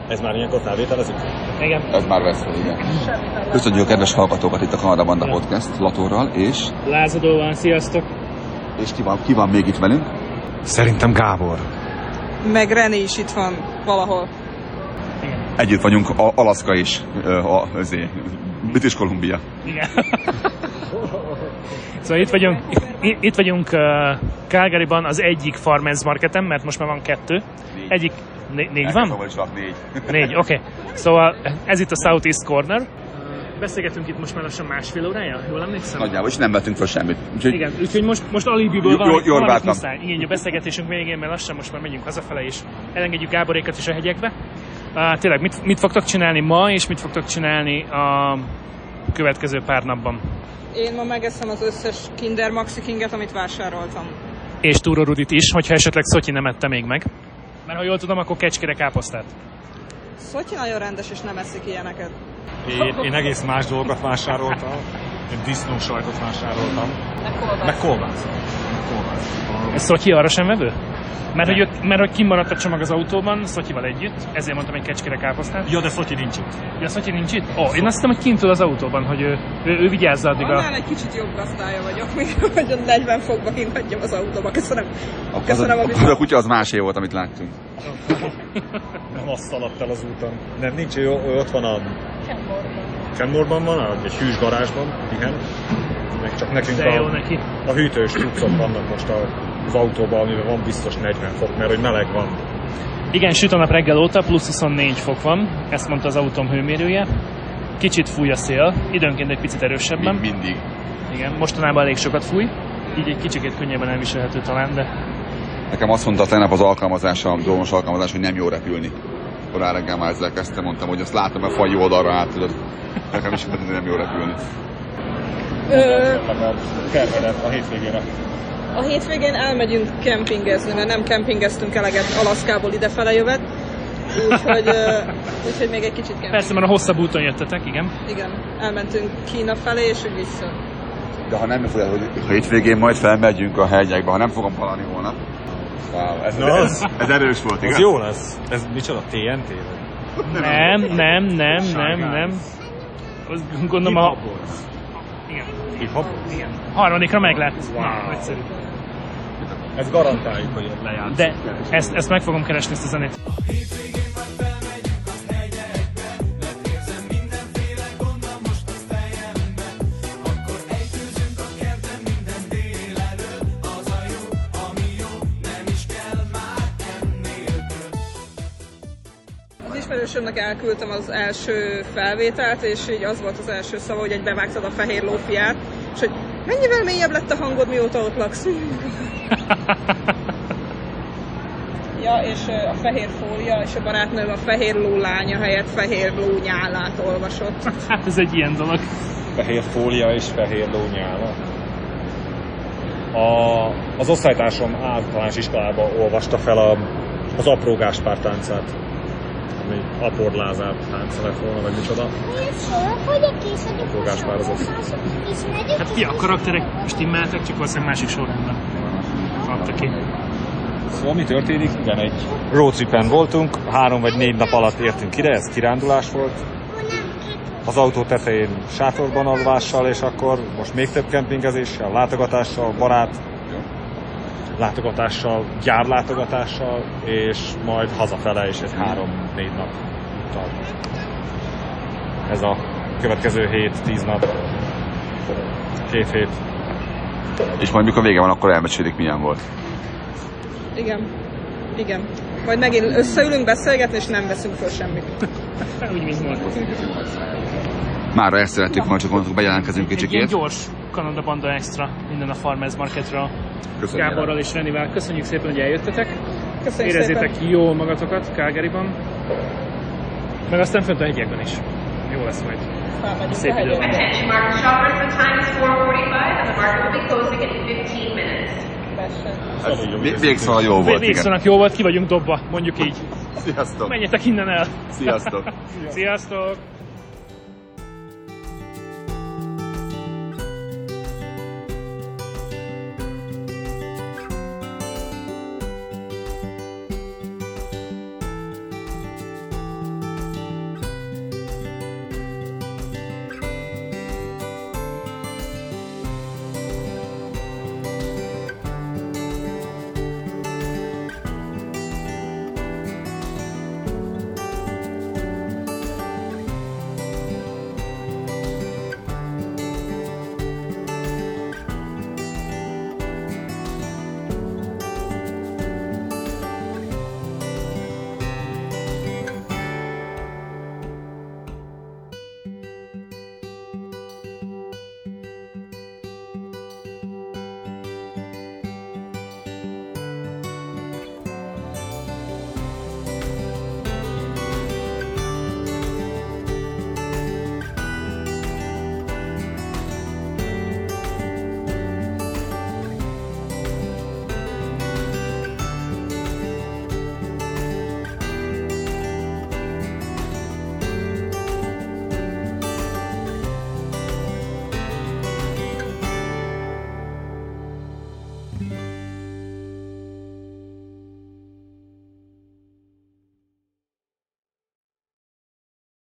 Ez már ilyenkor felvételezik? Igen. Ez már veszve, igen. Köszönjük a kedves hallgatókat itt a Kanada Banda Podcast Latorral, és... Lázadóval, sziasztok! És ki van még itt velünk? Szerintem Gábor. Meg René is itt van valahol. Igen. Együtt vagyunk Alaszka és British Columbia. Igen. Szóval itt vagyunk Calgaryban az egyik Farmers Marketen, mert most már van 2. Egyik... Négy van? Négy, oké. Szóval ez itt a Southeast Corner. Beszélgetünk itt most már lassan másfél órája, jól emlékszem? Nagyjából, és nem vettünk fel semmit. Igen, úgyhogy most alibiből valamit muszáj. Igen, a beszélgetésünk végén, mert lassan most már megyünk hazafele, és elengedjük Gáborékat is a hegyekbe. Tényleg, mit fogtok csinálni ma, és mit fogtok csinálni a következő pár napban? Én ma megeszem az összes Kinder Maxi Kinget, amit vásároltam. És Túró Rudit is, hogyha esetleg Szotyi nem ette még meg. Mert ha jól tudom, akkor kecskére káposztát. Szotyi nagyon rendes, és nem eszik ilyeneket. Én egész más dolgot vásároltam. Én disznósajtot vásároltam. Meg kolbász. Szotyi arra sem vevő? Mert hogy kimaradt a csomag az autóban, Szotyival együtt, ezért mondtam egy kecskére káposztát. Ja, de Szotyi nincs itt. Ja, Szotyi nincs itt? Én azt hiszem, hogy kint ül az autóban, hogy ő vigyázza addig Annál egy kicsit jobb gazdája vagyok, mint hogy a 40 fokba kint hagyjam az autóba. Köszönöm. Akkor a kutya az másé volt, amit láttunk. Nem azt szaladt el az úton. Nem, nincs, ő ott van a... Kenmore-ban van, egy hűs garázsban, pihen. Meg csak nekünk a hűtős cuccok vannak most az autóban, amiben van biztos 40 fok, mert hogy meleg van. Igen, süt a nap reggel óta, plusz 24 fok van, ezt mondta az autóm hőmérője. Kicsit fúj a szél, időnként egy picit erősebben. Mindig. Igen, mostanában elég sokat fúj, így egy kicsikét könnyebben elviselhető talán, de... Nekem azt mondta tegnap az alkalmazása, a drónos alkalmazás, hogy nem jó repülni. Korán reggel már ezzel kezdtem, mondtam, hogy azt látom, a fagy oldalra át, tudod. Nekem is nem jó repülni. A hétvégére. A hétvégén elmegyünk kempingezni, mert nem kempingeztünk eleget Alaszkából idefele jövet. Úgyhogy még egy kicsit kemping. Persze, mert a hosszabb úton jöttetek, igen. Igen, elmentünk Kína felé, és úgy vissza. De ha nem fogod, hogy a hétvégén majd felmegyünk a hegyekbe, ha nem fogom halani volna. Wow, ez erős volt, igaz? Ez jó lesz. Ez micsoda, TNT? Nem. Gondolom a... Igen. Hip-hop? Igen. Harmadikra meg lett. Wow. Nagyszerű. Ez garantáljuk, hogy lejátszunk. De ezt meg fogom keresni, ezt a zenét. Ismerősömnek elküldtem az első felvételt, és így az volt az első szava, hogy bevágtad a fehér lófiát, és hogy mennyivel mélyebb lett a hangod, mióta ott laksz? Ja, és a fehér fólia, és a barátnőm a fehér ló lánya helyett fehér ló nyálát olvasott. Hát ez egy ilyen dolog. Fehér fólia és fehér ló nyála. Az osztálytársam általános iskolában olvasta fel az apró Gáspár táncát. Ami aporlázát tánc lett volna, vagy micsoda. Apró Gáspár az az. Hát a karakterek stimmeltek, csak valószínűleg másik sorrendben adta ki. Szóval mi történik? Igen, egy roadtripen voltunk, 3 vagy 4 nap alatt értünk ide, ez kirándulás volt. Az autó tetején sátorban alvással, és akkor most még több kempingezéssel, látogatással, barát látogatással, gyárlátogatással, és majd hazafele is egy 3-4 nap után. Ez a következő 7-10 nap, 2 hét. És majd mikor vége van, akkor elmesélik, milyen volt. Igen. Majd megint összeülünk beszélgetni, és nem veszünk föl semmit. Úgy, mint volt. Mára ezt szerettük, majd csak mondtuk, bejelentkezünk kicsikét. Egy ilyen gyors Kanada Banda Extra minden a Farmers Marketről. Gáborral és Renivel. Köszönjük szépen, hogy eljöttetek. Köszönjük érezzétek szépen. jól magatokat Calgaryban. Meg aztán fönt a hegyekben is. Jó lesz majd. Szép idő van. Végszóval jó volt. Végszónak jó volt, ki vagyunk dobva, mondjuk így. Sziasztok. Menjetek innen el. Sziasztok. Sziasztok.